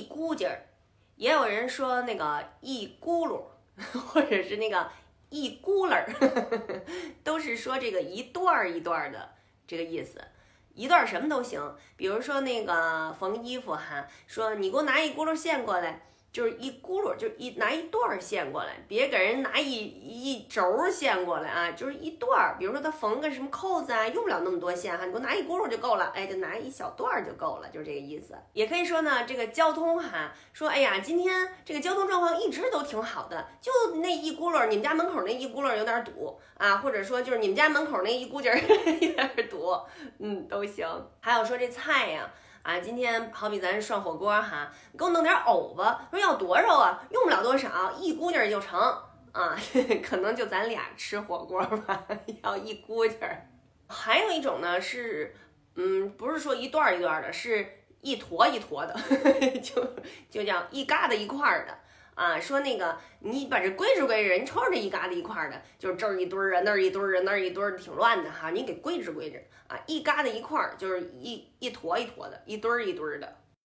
咕叽儿，也有人说那个一咕噜，或者是那个一咕噜儿，都是说这个一段儿一段儿的这个意思。一段什么都行，比如说那个缝衣服哈，说你给我拿一轱辘线过来，就是一轱辘，就拿一段线过来，别给人拿一轴线过来啊，就是一段。比如说他缝个什么扣子啊，用不了那么多线哈，你给我拿一轱辘就够了，哎，就拿一小段就够了，就是这个意思。也可以说呢，这个交通哈，说哎呀，今天这个交通状况一直都挺好的，就那一轱辘，你们家门口那一轱辘有点堵啊，或者说就是你们家门口那一股劲儿有点堵，都行。还有说这菜呀。啊，今天好比咱涮火锅哈，你给我弄点藕吧，说要多少啊？用不了多少，一股劲儿就成啊。可能就咱俩吃火锅吧，要一股劲儿。还有一种呢是，不是说一段一段的，是一坨一坨的，就叫一疙瘩一块儿的。啊，说那个你把这归置归置，人瞅着这一疙瘩一块的，就是这儿一堆儿啊，那儿一堆儿啊，那儿一堆儿，挺乱的哈。你给归置归置啊，一疙瘩一块儿，就是一坨一坨的，一堆儿一堆儿的。